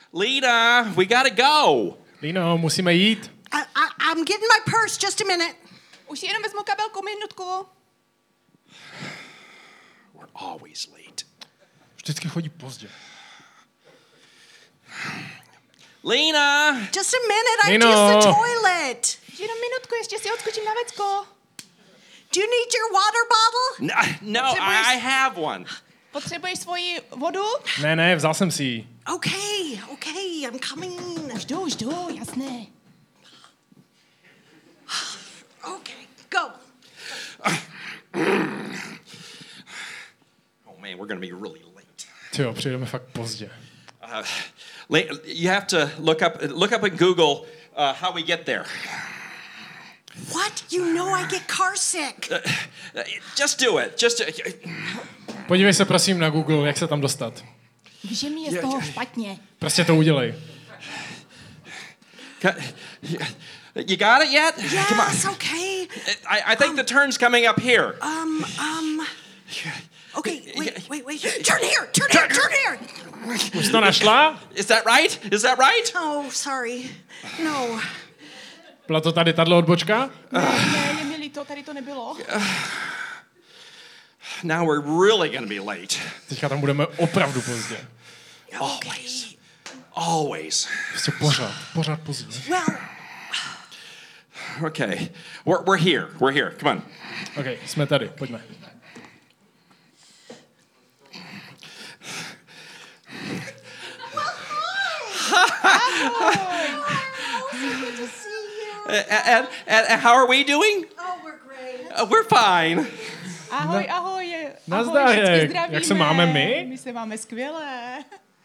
Lena, we gotta go. Lino, musíme jít. I'm getting my purse. Just a minute. Už si jenom vezmu kabelku, minutku. We're always late. Vždycky chodí pozdě. Lena! Just a minute. Lino. I used the toilet. Jenom minutku, ještě si odskočím na vecko. Do you need your water bottle? No, I have one. Potřebuješ svoji vodu? Ne, vzal jsem si ji. Okay, I'm coming. Už jdu, jasné. Okay, go. Oh man, we're gonna be really late. Tyjo, přijdeme fakt pozdě. You have to look up in Google how we get there. What? You know I get car sick. Just do it. Podívej se prosím na Google, jak se tam dostat. Víš, že mi je z toho špatně. Prostě to udělej. You got it yet? Come on. Yes, okay. I think the turn's coming up here. Okay, wait. Turn here. Už to našla? Is that right? Oh, sorry. No. Byla to tady tato odbočka? Ne, je mi líto, tady to nebylo. Now we're really gonna be late. Teďka tam budeme opravdu pozdě. Always. Prostě pořád pozdě. Well, Okay. We're here. Come on. OK, jsme tady, pojďme. good to see you. And how are we doing? Oh, we're great. We're fine. Ahoj. Nazdárek. Všichni zdravíme. Jak se máme my? My se máme skvěle.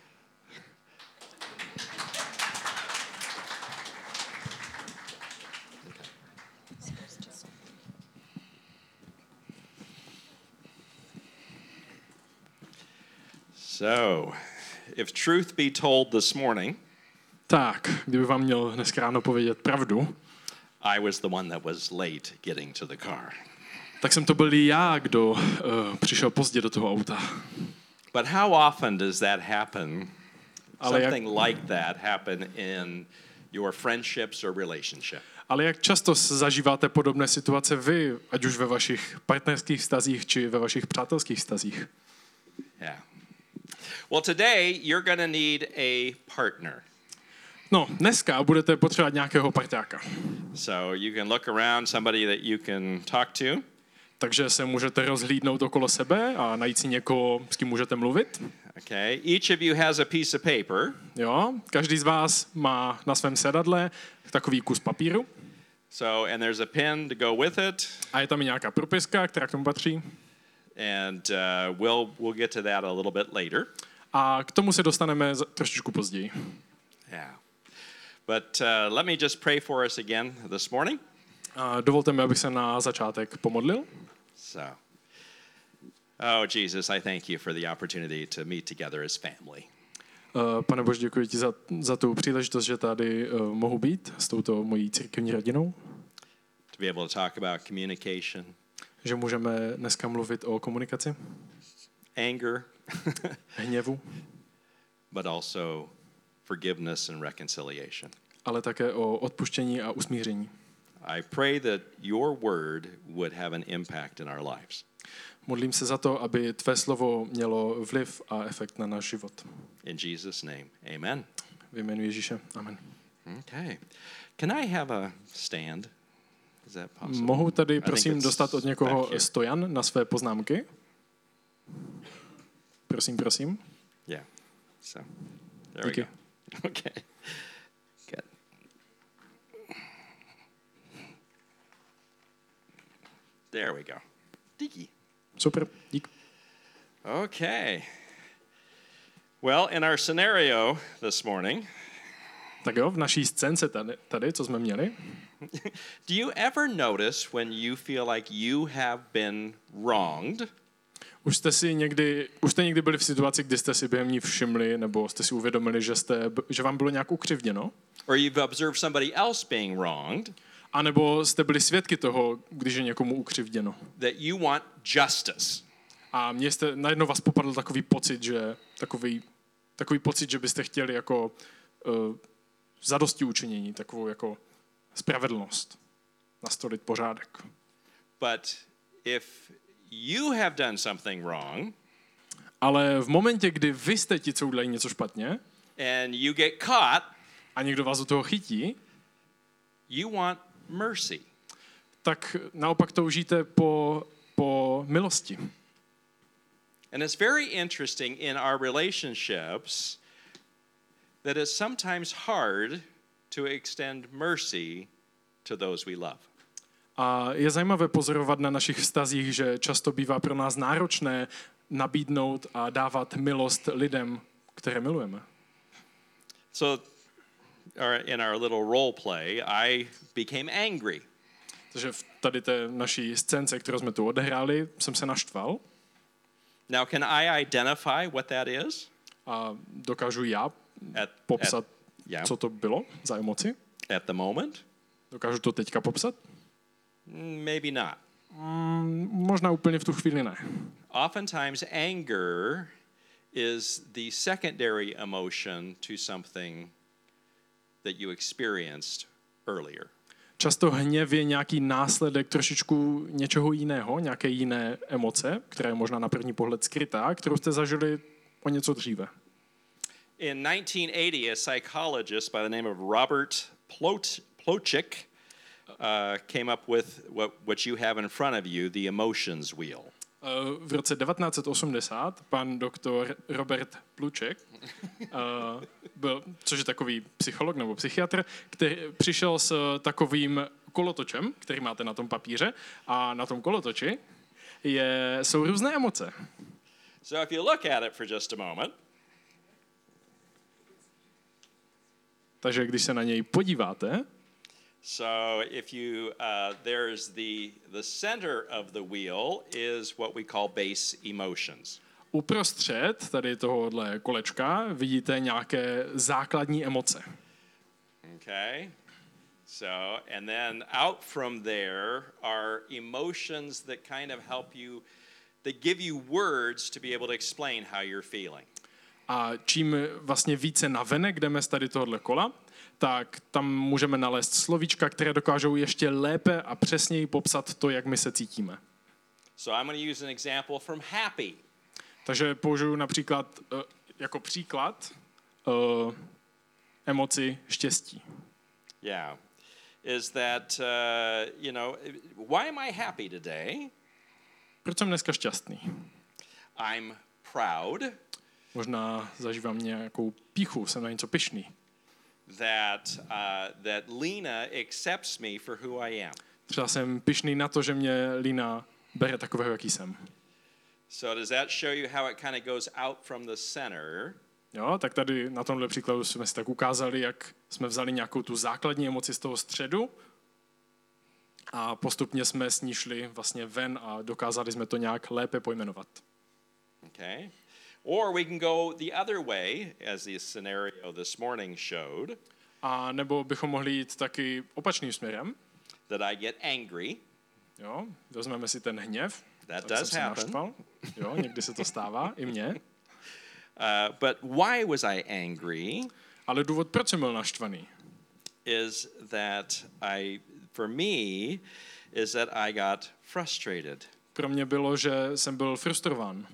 So, if truth be told this morning, Tak, kdyby vám měl dneska ráno povědět pravdu, I was the one that was late getting to the car. tak jsem to byl já, kdo přišel pozdě do toho auta. But how often does that happen? Ale Something like that happen in your friendships or relationship? Ale jak často zažíváte podobné situace vy, ať už ve vašich partnerských vztazích, či ve vašich přátelských vztazích? Yeah. Well, today you're going to need a partner. No, dneska budete potřebovat nějakého parťáka. So you can look around, somebody that you can talk to. Takže se můžete rozhlídnout okolo sebe a najít si někoho, s kým můžete mluvit. Okay. Each of you has a piece of paper. Jo, každý z vás má na svém sedadle takový kus papíru. So, and there's a pen to go with it. A je tam i nějaká propiska, která k tomu patří. And we'll get to that a little bit later. A k tomu se dostaneme trošičku později. Yeah. But let me just pray for us again this morning. A dovolte mi, abych se na začátek pomodlil. So, oh Jesus, I thank you for the opportunity to meet together as family. Pane Bože, děkuji ti za tu příležitost, že tady mohu být s touto mojí církevní rodinou. To be able to talk about communication, Že můžeme dneska mluvit o komunikaci, anger, hněvu, but also forgiveness and reconciliation. ale také o odpuštění a usmíření. I pray that your word would have an impact in our lives. Modlím se za to, aby tvé slovo mělo vliv a efekt na náš život. In Jesus' name, amen. V jménu Ježíše. Amen. Okay. Can I have a stand? Is that possible? Mohu tady, I think prosím, it's dostat od někoho back here. stojan na své poznámky? Prosím. Yeah. So, there Díky. we go. Okay. Good. There we go. Díky. Super, dík. Okay. Well, in our scenario this morning, Tak jo, v naší scénce tady, co jsme měli, do you ever notice when you feel like you have been wronged? už jste někdy byli v situaci, kdy jste si během ní všimli, nebo jste si uvědomili, že vám bylo nějak ukřivděno? Or you've observed somebody else being wronged? A nebo jste byli svědky toho, když je někomu ukřivděno? That you want justice. A najednou vás popadl takový pocit, že takový takový pocit, že byste chtěli jako zadostiučinění, takovou jako spravedlnost, nastolit pořádek. But if you have done something wrong Ale v momentě, kdy vy jste ti, co udělají něco špatně and you get caught, a někdo vás do toho chytí, you want mercy. tak naopak toužíte po milosti. And it's very interesting in our relationships that it's sometimes hard to extend mercy to those we love. A je zajímavé pozorovat na našich vztazích, že často bývá pro nás náročné nabídnout a dávat milost lidem, které milujeme. So in our little role play, I became angry. Takže v tady té naší scénce, kterou jsme tu odehráli, jsem se naštval. Now, can I identify what that is? A dokážu já At, popsat, yeah. co to bylo za emoci? At the moment? Dokážu to teďka popsat? Maybe not. Možná úplně v tu chvíli ne. Oftentimes, anger is the secondary emotion to something that you experienced earlier. Často hněv je nějaký následek trošičku něčeho jiného, nějaké jiné emoce, která je možná na první pohled skrytá, kterou jste zažili o něco dříve. In 1980, a psychologist by the name of Robert Plotchik came up with what you have in front of you, the emotions wheel. V roce 1980 pan doktor Robert Plutchik, což je takový psycholog nebo psychiatr, který přišel s takovým kolotočem, který máte na tom papíře, a na tom kolotoči jsou různé emoce. So if you look at it for just a moment, takže když se na něj podíváte, so if you there's the center of the wheel is what we call base emotions. uprostřed tady tohohle kolečka vidíte nějaké základní emoce. Okay? So, and then out from there are emotions that kind of help you, that give you words to be able to explain how you're feeling. A čím vlastně více navenek jdeme z tady tohohle kola, tak tam můžeme nalézt slovíčka, které dokážou ještě lépe a přesněji popsat to, jak my se cítíme. So I'm going to use an example from happy. Takže použiju například jako příklad emoci štěstí. Yeah. Is that, why am I happy today? Proč jsem dneska šťastný? I'm proud Možná zažívám nějakou píchu, jsem na něco pyšný. that Lena accepts me for who I am. Třeba jsem pyšný na to, že mě Lina bere takového, jaký jsem. So does that show you how it kind of goes out from the center? Jo, tak tady na tomhle příkladu jsme si tak ukázali, jak jsme vzali nějakou tu základní emoci z toho středu a postupně jsme s ní šli vlastně ven a dokázali jsme to nějak lépe pojmenovat. Okay. Or we can go the other way, as the scenario this morning showed, A nebo bychom mohli jít taky opačným směrem. that I get angry. Jo, vezmeme si ten hněv. That tak does jsem se happen. naštval. Jo, někdy se to stává, i mně. But why was I angry Ale důvod, proč jsem byl naštvaný, is that for me, is that I got frustrated. pro mě bylo, že jsem byl frustrován.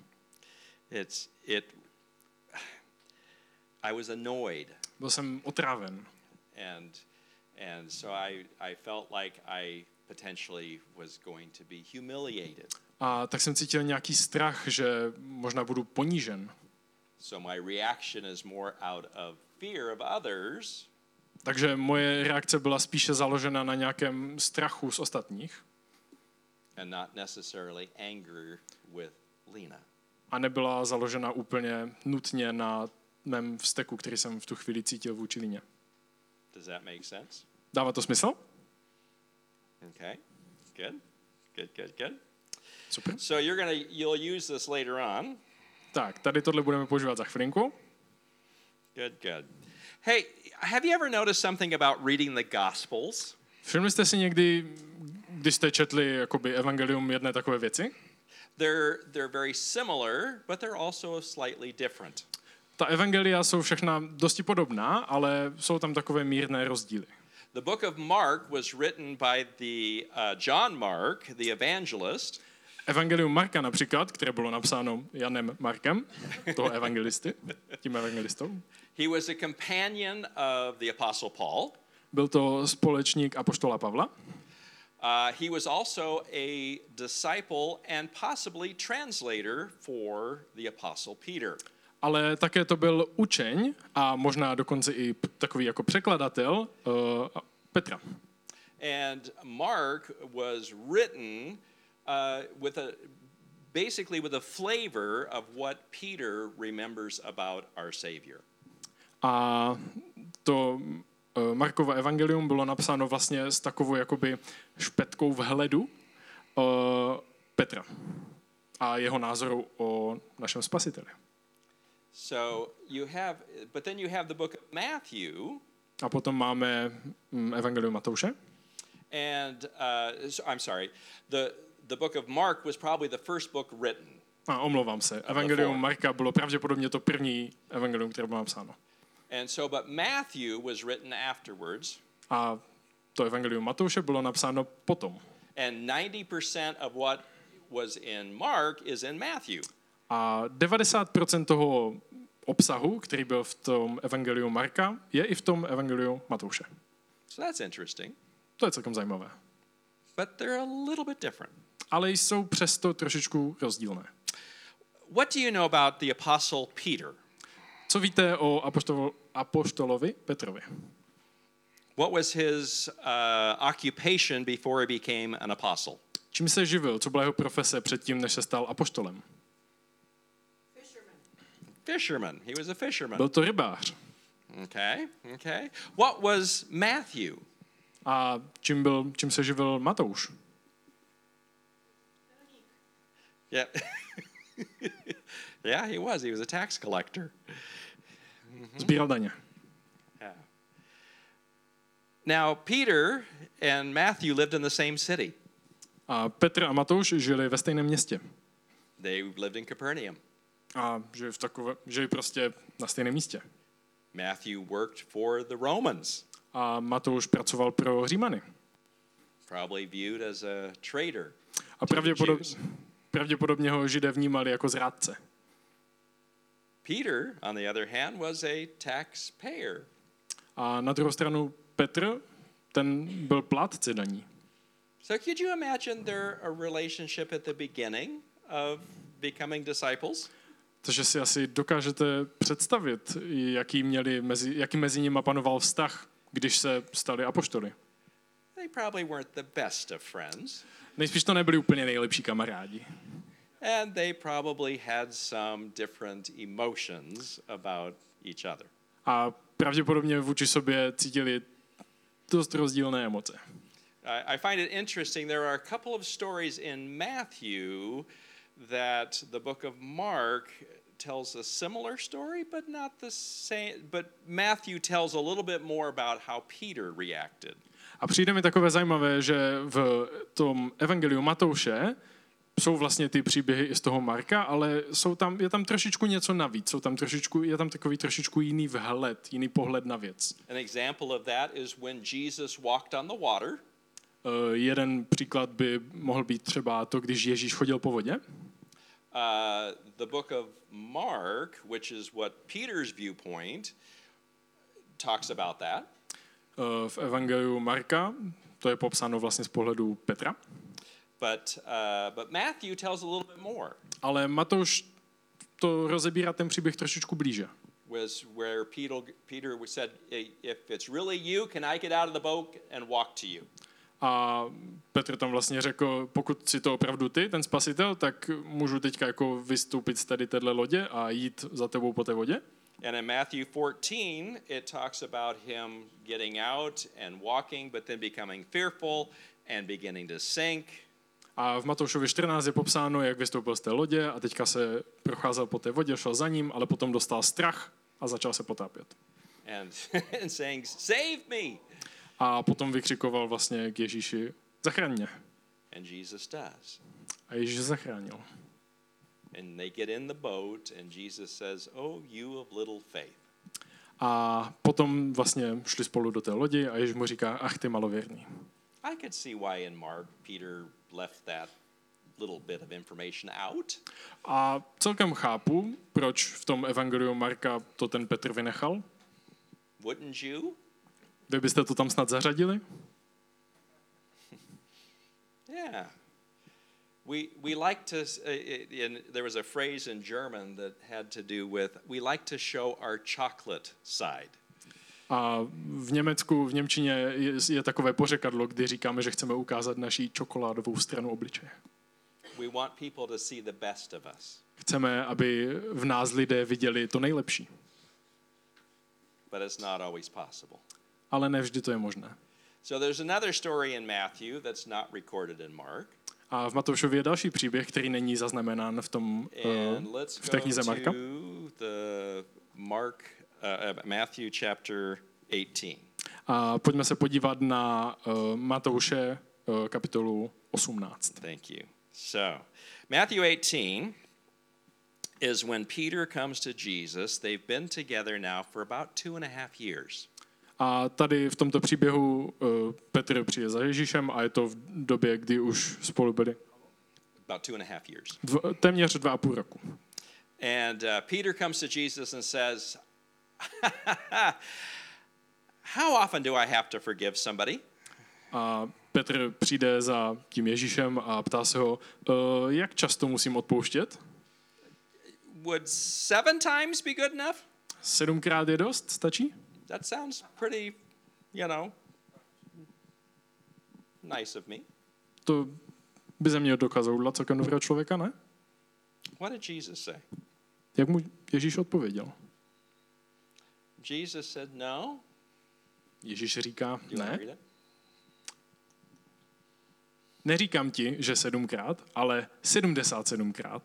I was annoyed. Byl jsem otráven. And so I felt like I potentially was going to be humiliated. A tak jsem cítil nějaký strach, že možná budu ponížen. So my reaction is more out of fear of others. Takže moje reakce byla spíše založena na nějakém strachu z ostatních. And not necessarily anger with Lena. A nebyla založena úplně nutně na mém vzteku, který jsem v tu chvíli cítil vůči Líně. Does that make sense? Dává to smysl? Okay. Good. Super. So you'll use this later on. Tak, tady tohle budeme používat za chvilinku. Good. Hey, have you ever noticed something about reading the Gospels? Všimli jste si někdy, když jste četli jakoby evangelium, jedné takové věci? They're very similar, but they're also slightly different. Ta evangelia jsou všechna dosti podobná, ale jsou tam takové mírné rozdíly. The book of Mark was written by the John Mark, the evangelist. Evangelium Marka například, které bylo napsáno Janem Markem, toho evangelisty, tím evangelistou. He was a companion of the Apostle Paul. Byl to společník apoštola Pavla. He was also a disciple and possibly translator for the Apostle Peter. Ale také to byl učeň a možná dokonce i takový jako překladatel Petra. And Mark was written basically with a flavor of what Peter remembers about our Savior. A to Markovo evangelium bylo napsáno vlastně s takovou jakoby špetkou vhledu Petra a jeho názoru o našem spasiteli. So but then you have the book of Matthew. A potom máme evangelium Matouše. And I'm sorry, the book of Mark was probably the first book written. A omlouvám se. Evangelium Marka bylo pravděpodobně to první evangelium, které bylo napsáno. And so, but Matthew was written afterwards. A to evangelium Matouše bylo napsáno potom. And 90% of what was in Mark is in Matthew. A 90% toho obsahu, který byl v tom evangeliu Marka, je i v tom evangeliu Matouše. So that's interesting. To je celkem zajímavé. But they're a little bit different. Ale jsou přesto trošičku rozdílné. What do you know about the Apostle Peter? Co víte o apoštolovi Petrovi? What was his occupation before he became an apostle? Čím se živil? Co byla jeho profese předtím, než se stal apoštolem? Fisherman. He was a fisherman. Byl to rybář. Okay. What was Matthew? A čím se živil Matouš? Yeah. Yeah, he was. He was a tax collector. Sbíral daně. Yeah. Now, Peter and Matthew lived in the same city. A Petr a Matouš žili ve stejném městě. They lived in Capernaum. A žili prostě na stejném místě. Matthew worked for the Romans. A Matouš pracoval pro Římany. Probably viewed as a traitor. A pravděpodobně ho Židé vnímali jako zrádce. Peter, on the other hand, was a taxpayer. A na druhou stranu Petr, ten byl plátce daní. So could you imagine there a relationship at the beginning of becoming disciples? Takže si asi dokážete představit, jaký mezi nimi panoval vztah, když se stali apoštoly. They probably weren't the best of friends. Nejspíš to nebyli úplně nejlepší kamarádi. And they probably had some different emotions about each other. A pravděpodobně vůči sobě cítili dost rozdílné emoce. I find it interesting. There are a couple of stories in Matthew that the book of Mark tells a similar story, but not the same. But Matthew tells a little bit more about how Peter reacted. A přijde mi takové zajímavé, že v tom evangeliu Matouše jsou vlastně ty příběhy i z toho Marka, ale je tam trošičku něco navíc. Je tam takový trošičku jiný vhled, jiný pohled na věc. An example of that is when Jesus walked on the water. Jeden příklad by mohl být třeba to, když Ježíš chodil po vodě. The book of Mark, which is what Peter's viewpoint, talks about that. V evangeliu Marka to je popsáno vlastně z pohledu Petra. But Matthew tells a little bit more. Ale Matouš to rozebírá ten příběh trošičku blíže. Was where Peter said, if it's really you, can I get out of the boat and walk to you? A Petr tam vlastně řekl, pokud si to opravdu ty, ten spasitel, tak můžu teďka jako vystoupit z tady téhle lodě a jít za tebou po té vodě. And in Matthew 14, it talks about him getting out and walking, but then becoming fearful and beginning to sink. A v Matoušovi 14 je popsáno, jak vystoupil z té lodě a teďka se procházel po té vodě, šel za ním, ale potom dostal strach a začal se potápět. And saying, save me! A potom vykřikoval vlastně k Ježíši, zachraň mě. And Jesus does. A Ježíš zachránil. And they get in the boat and Jesus says, "Oh, you of little faith." A potom vlastně šli spolu do té lodi a Ježíš mu říká, ach ty malověrný. I could see why in Mark Peter left that little bit of information out. A celkem chápu, proč v tom evangeliu Marka to ten Petr vynechal. Wouldn't you? Vy byste to tam snad zařadili? Yeah. We like to, there was a phrase in German that had to do with, we like to show our chocolate side. A v Německu, v němčině je takové pořekadlo, kdy říkáme, že chceme ukázat naši čokoládovou stranu obličeje. We want people to see the best of us. Chceme, aby v nás lidé viděli to nejlepší. But it's not always possible. Ale ne vždy to je možné. So there's another story in Matthew that's not recorded in Mark. A v Matoušově je další příběh, který není zaznamenán v tom v té knize Marka. Matthew chapter 18. A pojďme se podívat na Matouše kapitolu 18. Thank you. So, Matthew 18 is when Peter comes to Jesus. They've been together now for about 2.5 years. A tady v tomto příběhu Petr přijde za Ježíšem a je to v době, kdy už spolu byli. About 2.5 years. Téměř 2,5 roku. And Peter comes to Jesus and says, "How often do I have to forgive somebody?" A Petr přijde za tím Ježíšem a ptá se ho, jak často musím odpouštět? Would 7 times be good enough? 7krát je dost? Stačí? That sounds pretty, nice of me. To by ze mě dokázal udělat celkem dobrého člověka, ne? What did Jesus say? Jak mu Ježíš odpověděl? Jesus said, "No." Ježíš říká, Do you want ne, to read it? neříkám ti, že 7krát, ale 77krát.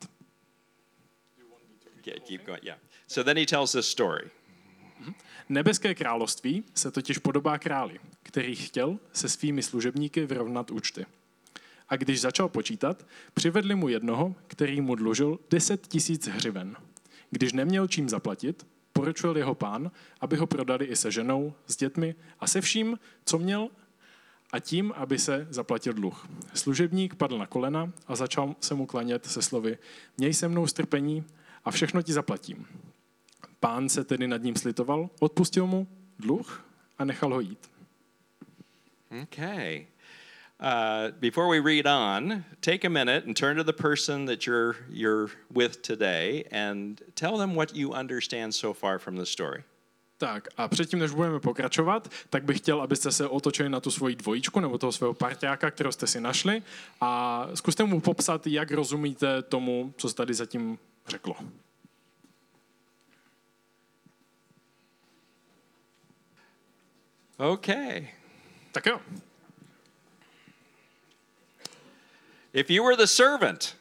Yeah, keep going. Yeah. So then he tells this story. Nebeské království se totiž podobá králi, který chtěl se svými služebníky vyrovnat účty. A když začal počítat, přivedli mu jednoho, který mu dlužil 10 000 hřiven. Když neměl čím zaplatit, poručil jeho pán, aby ho prodali i se ženou, s dětmi a se vším, co měl, a tím, aby se zaplatil dluh. Služebník padl na kolena a začal se mu klanět se slovy: Měj se mnou strpení a všechno ti zaplatím. Pán se tedy nad ním slitoval, odpustil mu dluh a nechal ho jít. Okay. Before we read on, take a minute and turn to the person that you're with today and tell them what you understand so far from the story. Tak a předtím, než budeme pokračovat, tak bych chtěl, abyste se otočili na tu svoji dvojičku nebo toho svého parťáka, kterého jste si našli, a zkuste mu popsat, jak rozumíte tomu, co se tady zatím řeklo. Okay. Tak jo. If you were the servant,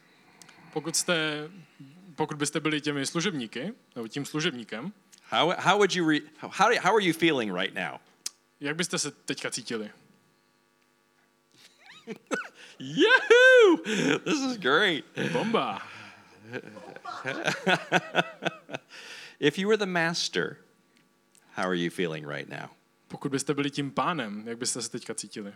Pokud byste byli těmi služebníky, nebo tím služebníkem, how are you feeling right now? jak byste se teďka cítili? Yahoo! This is great. Bomba! If you were the master, how are you feeling right now? Pokud byste byli tím pánem, jak byste se teďka cítili?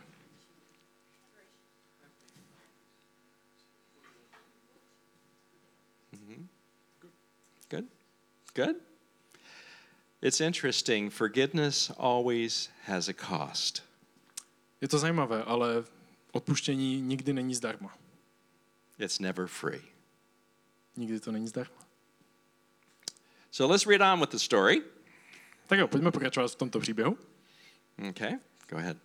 Good? Good? It's interesting. Forgiveness always has a cost. Je to zajímavé, ale odpuštění nikdy není zdarma. It's never free. Nikdy to není zdarma. So let's read on with the story. Tak jo, pojďme pokračovat v tomto příběhu. Okay, go ahead.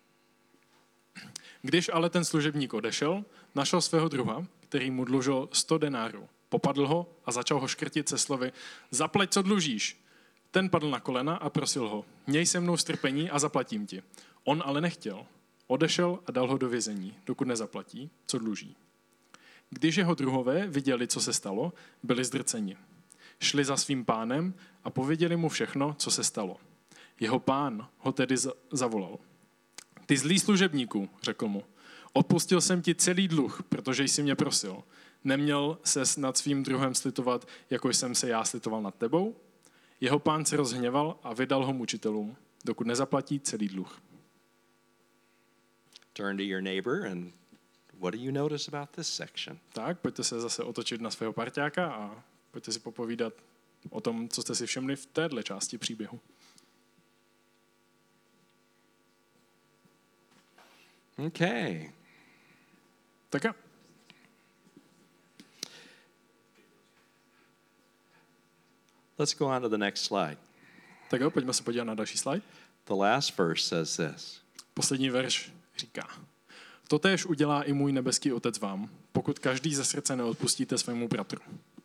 Když ale ten služebník odešel, našel svého druha, který mu dlužil 100 denárů. Popadl ho a začal ho škrtit se slovy: Zaplať, co dlužíš. Ten padl na kolena a prosil ho: Měj se mnou strpení a zaplatím ti. On ale nechtěl. Odešel a dal ho do vězení, dokud nezaplatí, co dluží. Když jeho druhové viděli, co se stalo, byli zdrceni. Šli za svým pánem a pověděli mu všechno, co se stalo. Jeho pán ho tedy zavolal. Ty zlý služebníku, řekl mu, odpustil jsem ti celý dluh, protože jsi mě prosil. Neměl ses nad svým druhem slitovat, jako jsem se já slitoval nad tebou? Jeho pán se rozhněval a vydal ho mučitelům, dokud nezaplatí celý dluh. Turn to your neighbor and what do you notice about this section? Tak, pojďte se zase otočit na svého parťáka a pojďte si popovídat o tom, co jste si všimli v téhle části příběhu. Okay. Tak jo. Let's go on to the next slide. Tak jo, pojďme se podívat na další slide. The last verse says this. Poslední verš říká: Totéž udělá i můj nebeský otec vám, pokud každý ze srdce neodpustíte svému bratru.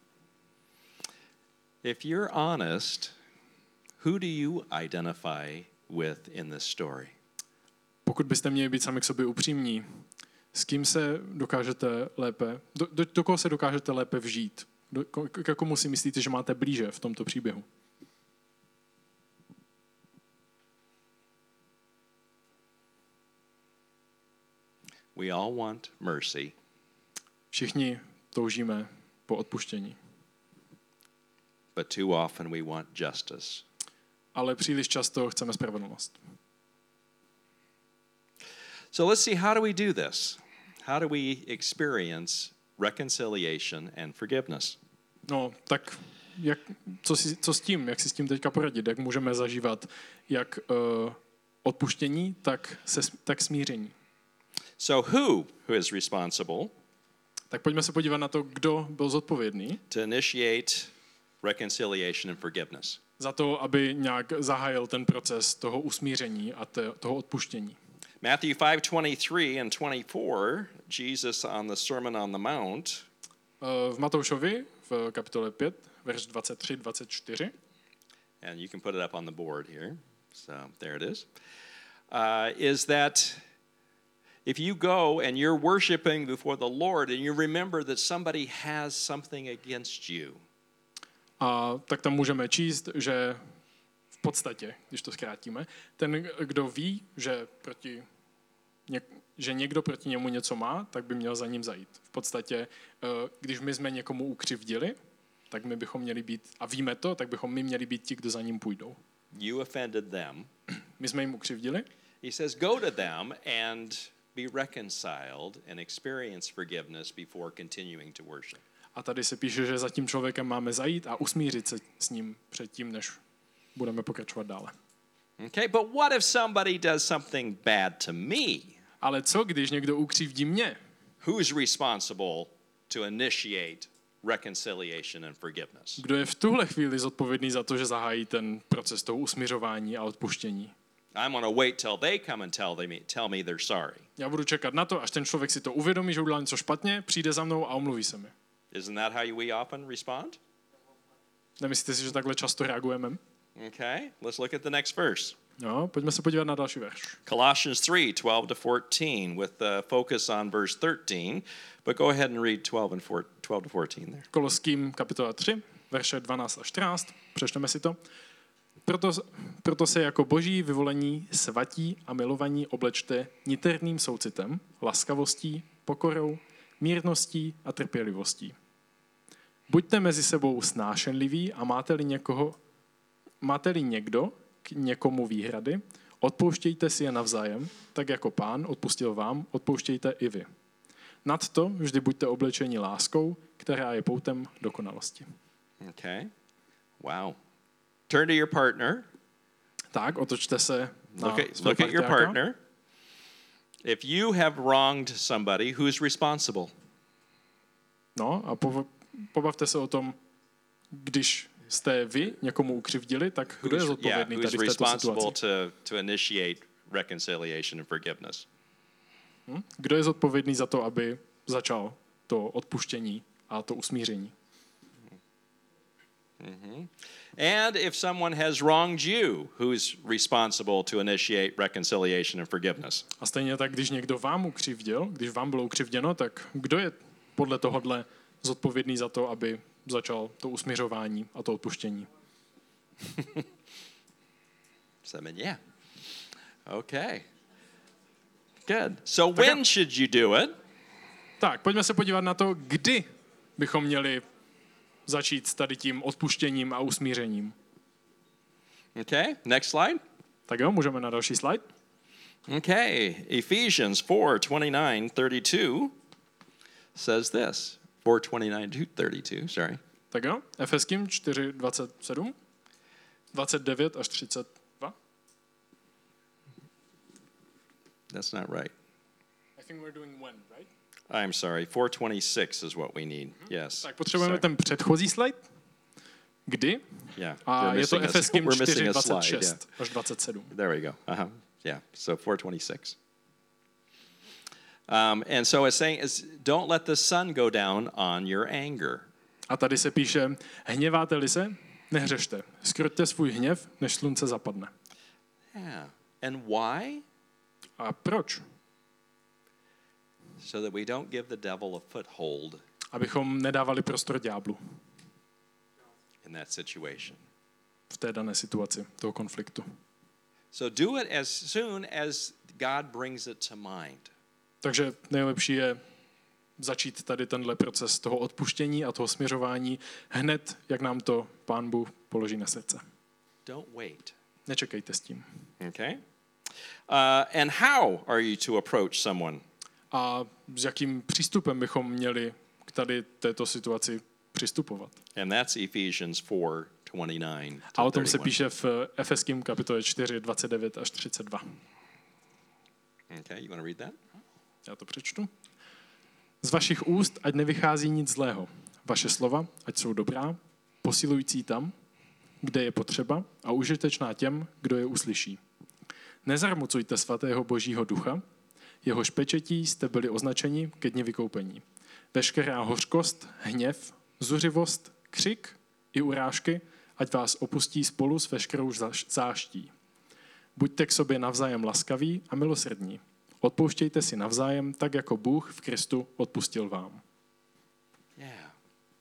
If you're honest, who do you identify with in this story? Pokud byste měli být sami k sobě upřímní, s kým se dokážete lépe, do koho se dokážete lépe vžít? K komu si myslíte, že máte blíže v tomto příběhu? We all want mercy, Všichni toužíme po odpuštění, but too often we want justice. ale příliš často chceme spravedlnost. So let's see, how do we do this? How do we experience reconciliation and forgiveness? No, tak co s tím? Jak si s tím teďka poradit? Jak můžeme zažívat jak odpuštění, tak smíření? So who is responsible Tak pojďme se podívat na to, kdo byl zodpovědný to initiate reconciliation and forgiveness? za to, aby nějak zahájil ten proces toho usmíření a toho odpuštění. Matthew 5:23 and 24, Jesus on the Sermon on the Mount, V Matoušovi v kapitole 5, verš 23-24, and you can put it up on the board here. So there it is that if you go and you're worshiping before the Lord and you remember that somebody has something against you, a tak tam můžeme číst, že v podstatě, když to zkrátíme, ten, kdo ví, že někdo proti němu něco má, tak by měl za ním zajít. V podstatě, když my jsme někomu ukřivdili, tak my bychom měli být, a víme to, tak bychom my měli být ti, kdo za ním půjdou. you offended them. My jsme jim ukřivdili, He says, go to them and be reconciled and experience forgiveness before continuing to worship. a tady se píše, že za tím člověkem máme zajít a usmířit se s ním předtím, než budeme pokračovat dále. Okay, but what if somebody does something bad to me? Ale co, když někdo ukřivdí mě? Who's responsible to initiate reconciliation and forgiveness? Kdo je v tuhle chvíli zodpovědný za to, že zahájí ten proces toho usmířování a odpuštění? I'm going to wait till they come and tell me they're sorry. Já budu čekat na to, až ten člověk si to uvědomí, že udělal něco špatně, přijde za mnou a omluví se mi. Isn't that how we often respond? Nemyslíte si, že takhle často reagujeme? Okay, let's look at the next verse. Jo, pojďme se podívat na další verš. Colossians 3:12-14 with the focus on verse 13, but go ahead and read 12 to 14 there. Koloským kapitola 3, verše 12 a 14, přečteme si to. Proto se jako boží vyvolení, svatí a milovaní oblečte niterným soucitem, laskavostí, pokorou, mírností a trpělivostí. Buďte mezi sebou snášenliví a máte-li někdo k někomu výhrady, odpouštějte si je navzájem, tak jako Pán odpustil vám, odpouštějte i vy. Nad to vždy buďte oblečeni láskou, která je poutem dokonalosti. Okay. Wow. Turn to your partner. Tak, otočte se na Look at your parťáka. partner. If you have wronged somebody, who's responsible? No a pobavte se o tom, když jste vy někomu ukřivdili, tak kdo je zodpovědný who's tady v této responsible situaci? to initiate reconciliation and forgiveness? Kdo je zodpovědný za to, aby začal to odpuštění a to usmíření? And if someone has wronged you, who's responsible to initiate reconciliation and forgiveness? A stejně tak, když někdo vám ukřivdil, když vám bylo ukřivděno, tak kdo je podle tohohle zodpovědný za to, aby začal to usmířování a to odpuštění? Yeah. Okay. Good. So when should you do it? Tak, pojďme se podívat na to, kdy bychom měli začít s tady tím odpuštěním a usmířením. Okay, next slide. Tak jo, můžeme na další slide. Okay, Ephesians 4:29-32 says this. 4:29-32, sorry. Tak jo, Efeským 4:27, 29 až 32. That's not right. I think we're doing when, right? I'm sorry, 4:26 is what we need. Yes. Tak potřebujeme Sorry. ten předchozí slide. Kdy? Yeah. A we're je to missing Efeským we're missing a 4:26 slide. až 27. Yeah. There we go. Uh-huh. Yeah. So 4:26. And so it's saying is don't let the sun go down on your anger. A tady se píše, hněváte-li se, nehřešte. Skroťte svůj hněv, než slunce zapadne. Yeah. And why? A proč? So that we don't give the devil a foothold Abychom nedávali prostor ďáblu in that situation. v té dané situaci, toho konfliktu. So do it as soon as God brings it to mind. Takže nejlepší je začít tady tenhle proces toho odpuštění a toho směřování hned, jak nám to Pán Bůh položí na srdce. Don't wait. Nečekejte s tím. Okay? And how are you to approach someone? A s jakým přístupem bychom měli k tady této situaci přistupovat? And that's Ephesians 4:29. A o tom se píše v Efeským kapitole 4, 29 až 32. Okay, you want to read that? Já to přečtu. Z vašich úst ať nevychází nic zlého. Vaše slova ať jsou dobrá, posilující tam, kde je potřeba a užitečná těm, kdo je uslyší. Nezarmucujte svatého Božího ducha, jehož pečetí jste byli označeni ke dni vykoupení. Veškerá hořkost, hněv, zuřivost, křik i urážky, ať vás opustí spolu s veškerou záští. Buďte k sobě navzájem laskaví a milosrdní. Odpouštějte si navzájem, tak jako Bůh v Kristu odpustil vám. Yeah.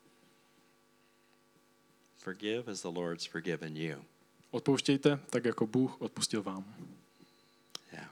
Forgive as the Lord's forgiven you. Odpouštějte, tak jako Bůh odpustil vám. Yeah.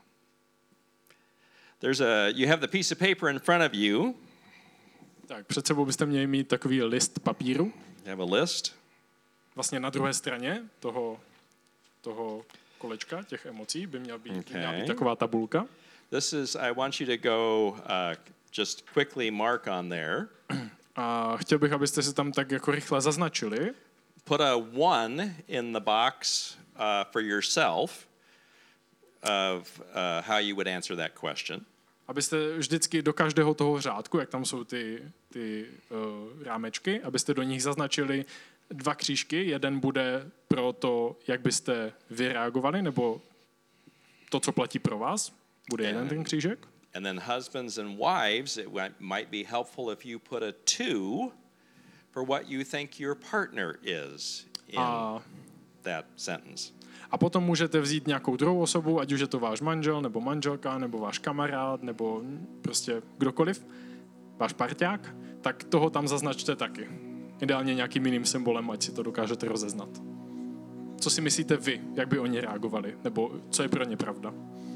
You have the piece of paper in front of you. Tak, před sebou byste měli mít takový list papíru. You have a list. Vlastně na druhé straně toho kolečka, těch emocí, by měla být taková tabulka. This is, I want you to go just quickly mark on there. A chtěl bych, abyste si tam tak jako rychle zaznačili. Put a 1 in the box for yourself of how you would answer that question. Abyste vždycky do každého toho řádku, jak tam jsou ty rámečky, abyste do nich zaznačili 2 křížky. Jeden bude pro to, jak byste vy reagovali, nebo to, co platí pro vás. Bude jeden ten křížek. And then husbands and wives, it might be helpful if you put a 2 for what you think your partner is in that sentence. A potom můžete vzít nějakou druhou osobu, ať už je to váš manžel, nebo manželka, nebo váš kamarád, nebo prostě kdokoliv, váš parťák, tak toho tam zaznačte taky. Ideálně nějakým jiným symbolem, ať si to dokážete rozeznat. Co si myslíte vy, jak by oni reagovali, nebo co je pro ně pravda?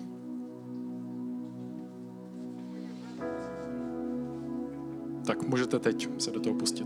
Tak můžete teď se do toho pustit.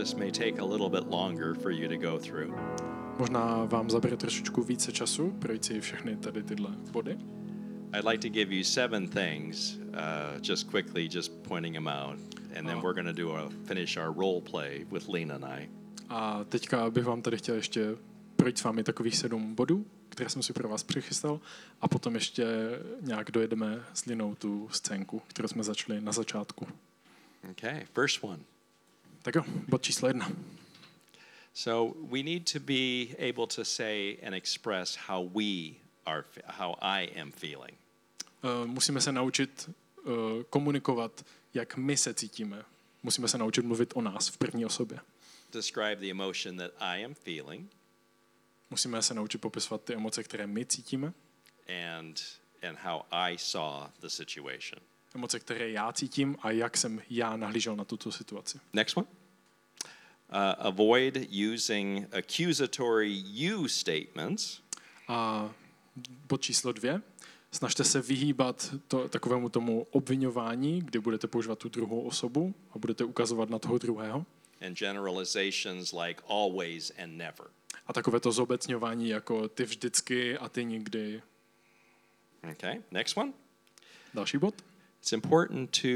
this may take a little bit longer for you to go through. Možná vám zabere trošičku více času projít si všechny tady tyhle body. I'd like to give you 7 things, just quickly, just pointing them out, and then we're going to finish our role play with Lena and I. A teďka bych vám tady chtěl ještě projít s vámi takových 7 bodů, které jsem si pro vás přichystal, a potom ještě nějak dojedeme s Linou tu scénku, kterou jsme začali na začátku. Okay, first one. Tak jo, bod číslo 1. So we need to be able to say and express how I am feeling. Musíme se naučit komunikovat, jak my se cítíme. Musíme se naučit mluvit o nás v první osobě. Describe the emotion that I am feeling. Musíme se naučit popisovat ty emoce, které my cítíme. And how I saw the situation. Emoce, které já cítím a jak jsem já nahlížel na tuto situaci. Next one. Avoid using accusatory you statements. A bod číslo 2. Snažte se vyhýbat takovému tomu obviňování, kdy budete používat tu druhou osobu a budete ukazovat na toho druhého. And generalizations like always and never. A takové to zobecňování jako ty vždycky a ty nikdy. Okay, next one. Další bod. It's important to...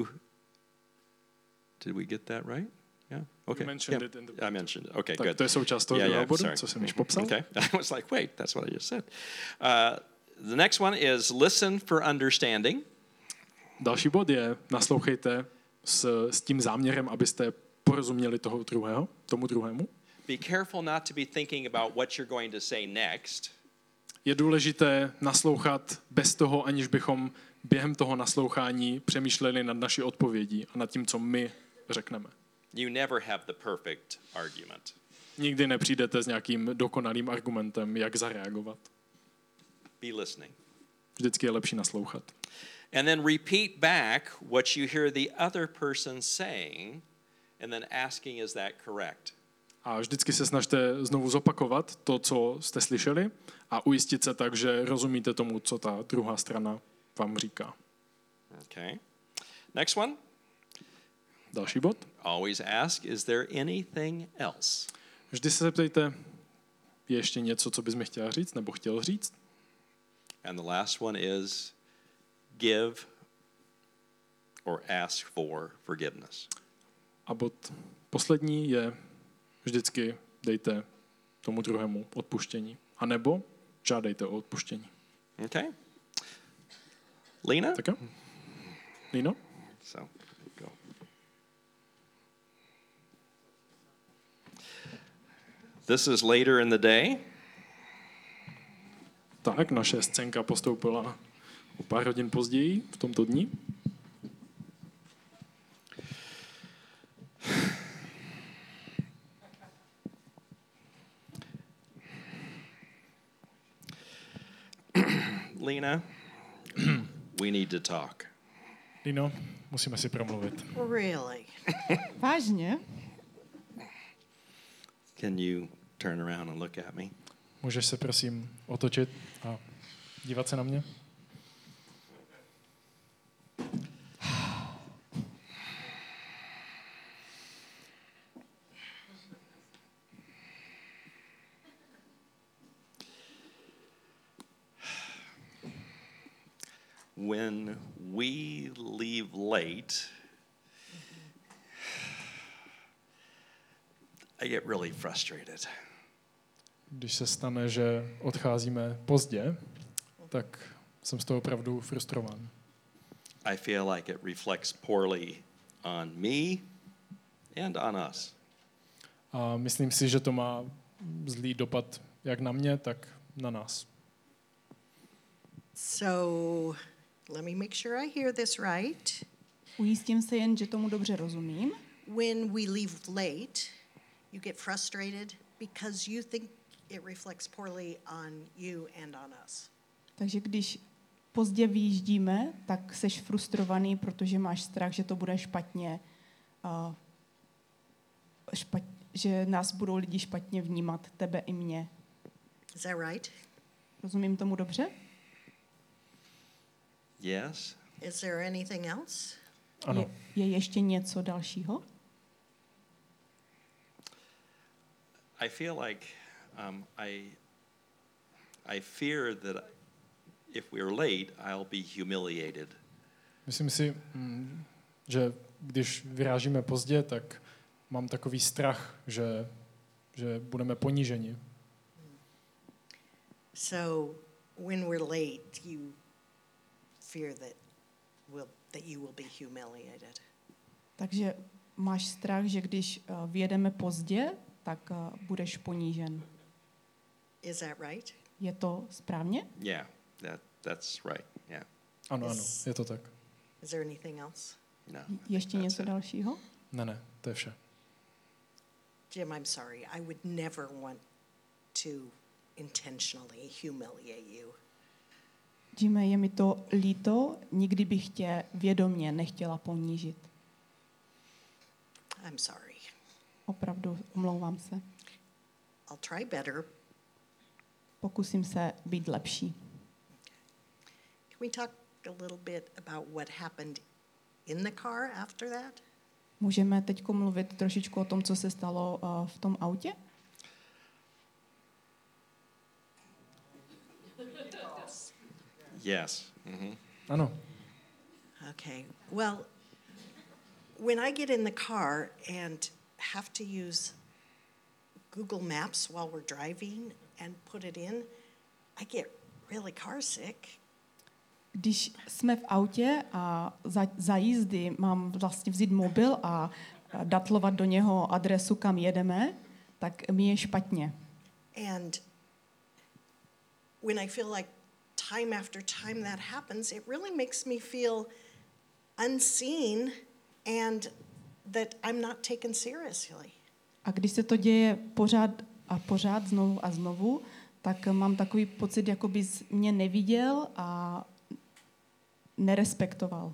Did we get that right? Yeah. Okay. You mentioned yeah. it in the... I mentioned it. Okay, Tak good. to je součást toho druhého bodu, sorry. co jsem již popsal. Okay. I was like, wait, that's what I just said. The next one is listen for understanding. Další bod je naslouchejte s tím záměrem, abyste porozuměli tomu druhému. Be careful not to be thinking about what you're going to say next. Je důležité naslouchat bez toho, aniž bychom během toho naslouchání přemýšleli nad naší odpovědí a nad tím, co my řekneme. You never have the perfect argument. Nikdy nepřijdete s nějakým dokonalým argumentem, jak zareagovat. Be listening. Vždycky je lepší naslouchat. And then repeat back what you hear the other person saying and then asking, is that correct? A vždycky se snažte znovu zopakovat to, co jste slyšeli, a ujistit se tak, že rozumíte tomu, co ta druhá strana vám říká. Okay. Next one. Další bod. Always ask, is there anything else? Vždy se zeptejte, je ještě něco, co bys mi chtěla říct nebo chtěl říct? And the last one is give or ask for forgiveness. A bod poslední je vždycky dejte tomu druhému odpuštění. A nebo žádejte o odpuštění. Okay. Lena? Tak jo? Lino? So, go. This is later in the day. Tak, naše scénka postoupila o pár hodin později v tomto dni. Lena, we need to talk. Lino, musíme si promluvit. Really? Vážně? Can you turn around and look at me? Můžeš se prosím otočit a dívat se na mě? When we leave late, I get really frustrated. Když se stane, že odcházíme pozdě, tak jsem z toho opravdu frustrován. I feel like it reflects poorly on me and on us. A myslím si, že to má zlý dopad jak na mě, tak na nás. So, let me make sure I hear this right. Ujistím se jen, že tomu dobře rozumím. When we leave late, you get frustrated because you think it reflects poorly on you and on us. Takže když pozdě vyjíždíme, tak seš frustrovaný, protože máš strach, že to bude špatně, že nás budou lidi špatně vnímat, tebe i mě. Is that right? Rozumím tomu dobře? Yes? Is there anything else? Ano. Je ještě něco dalšího? I feel like I fear that if we're late, I'll be humiliated. Myslím si, že když vyrážíme pozdě, tak mám takový strach, že budeme poníženi. So when we're late, you fear that you will be humiliated. Takže máš strach, že když vyjedeme pozdě, tak budeš ponížen. Is that right? Je to správně? Yeah, that's right. Yeah. Ano, je to tak. Is there anything else? No. Ještě that's něco it. dalšího? Ne, to je vše. Jim, I'm sorry. I would never want to intentionally humiliate you. Jimmy, je mi to líto, nikdy bych tě vědomě nechtěla ponížit. I'm sorry. Opravdu, omlouvám se. I'll try better. Pokusím se být lepší. Can we talk a little bit about what happened in the car after that? Můžeme teď mluvit trošičku o tom, co se stalo v tom autě? Yes. Mm-hmm. Ano. Okay. Well, when I get in the car and have to use Google Maps while we're driving and put it in, I get really car sick. Když jsme v autě a za jízdy mám vlastně vzít mobil a datlovat do něho adresu, kam jedeme, tak mi je špatně. And when I feel like time after time that happens, it really makes me feel unseen and that I'm not taken seriously. A když se to děje pořád a pořád, znovu a znovu, tak mám takový pocit, jako bys mě neviděl a nerespektoval.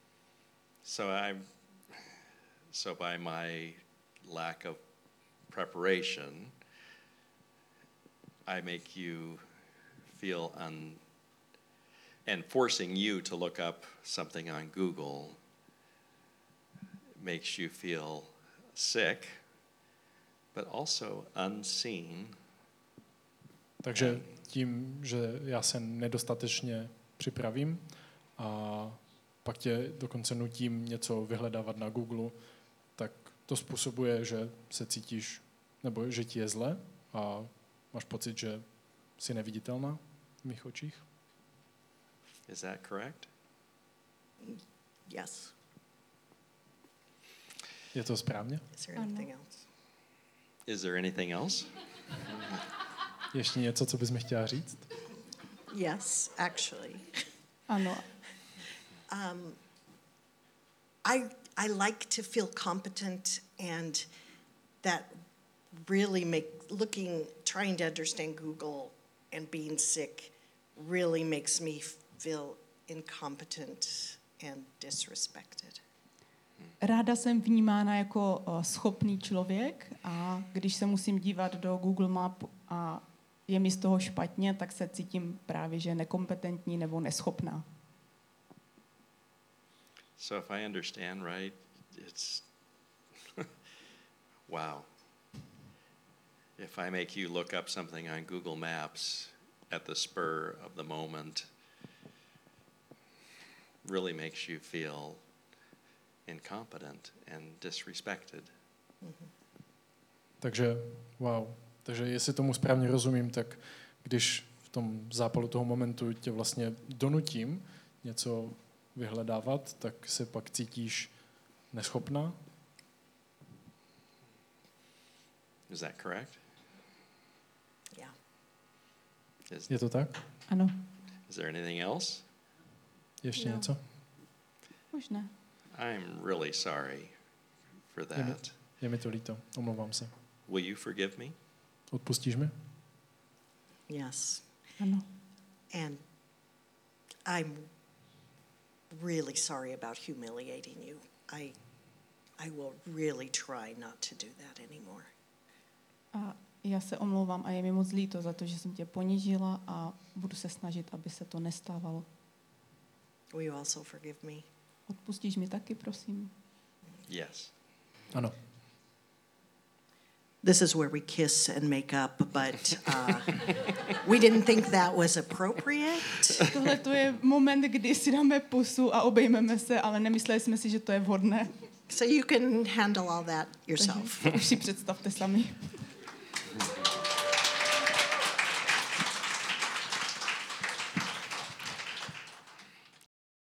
So by my lack of preparation, I make you feel and forcing you to look up something on Google makes you feel sick, but also unseen. Takže tím, že já se nedostatečně připravím a pak tě dokonce nutím něco vyhledávat na Google, tak to způsobuje, že se cítíš, nebo že ti je zle a máš pocit, že jsi neviditelná v mých očích. Is that correct? Yes. Je to správně? Is there anything else? Is there anything else? Ještě něco, co bys mi chtěla říct? Yes, actually. Ano. I like to feel competent, and that really trying to understand Google and being sick really makes me feel incompetent and disrespected. Ráda jsem vnímána jako schopný člověk a když se musím dívat do Google Map a je mi z toho špatně, tak se cítím právě, že nekompetentní nebo neschopná. So if I understand right, it's wow. If I make you look up something on Google Maps at the spur of the moment, really makes you feel incompetent and disrespected. Mm-hmm. Takže, wow. Takže jestli tomu správně rozumím, tak když v tom zápalu toho momentu tě vlastně donutím něco vyhledávat, tak se pak cítíš neschopná? Is that correct? Yeah. Je to tak? Ano. Is there anything else? Ještě No. něco? Možná. I'm really sorry for that. Je mi to líto, omlouvám se. Will you forgive me? Odpustíš mi? Yes. Ano. And I'm really sorry about humiliating you. I will really try not to do that anymore. A já se omlouvám a je mi moc líto za to, že jsem tě ponížila a budu se snažit, aby se to nestávalo. Will you also forgive me? Odpustíš mi taky, prosím? Yes. Ano. this is where we kiss and make up, but we didn't think that was appropriate. Tohle to je moment, kdy si dáme pusu a obejmeme se, ale nemysleli jsme si, že to je vhodné. So you can handle all that yourself. Už si představte sami.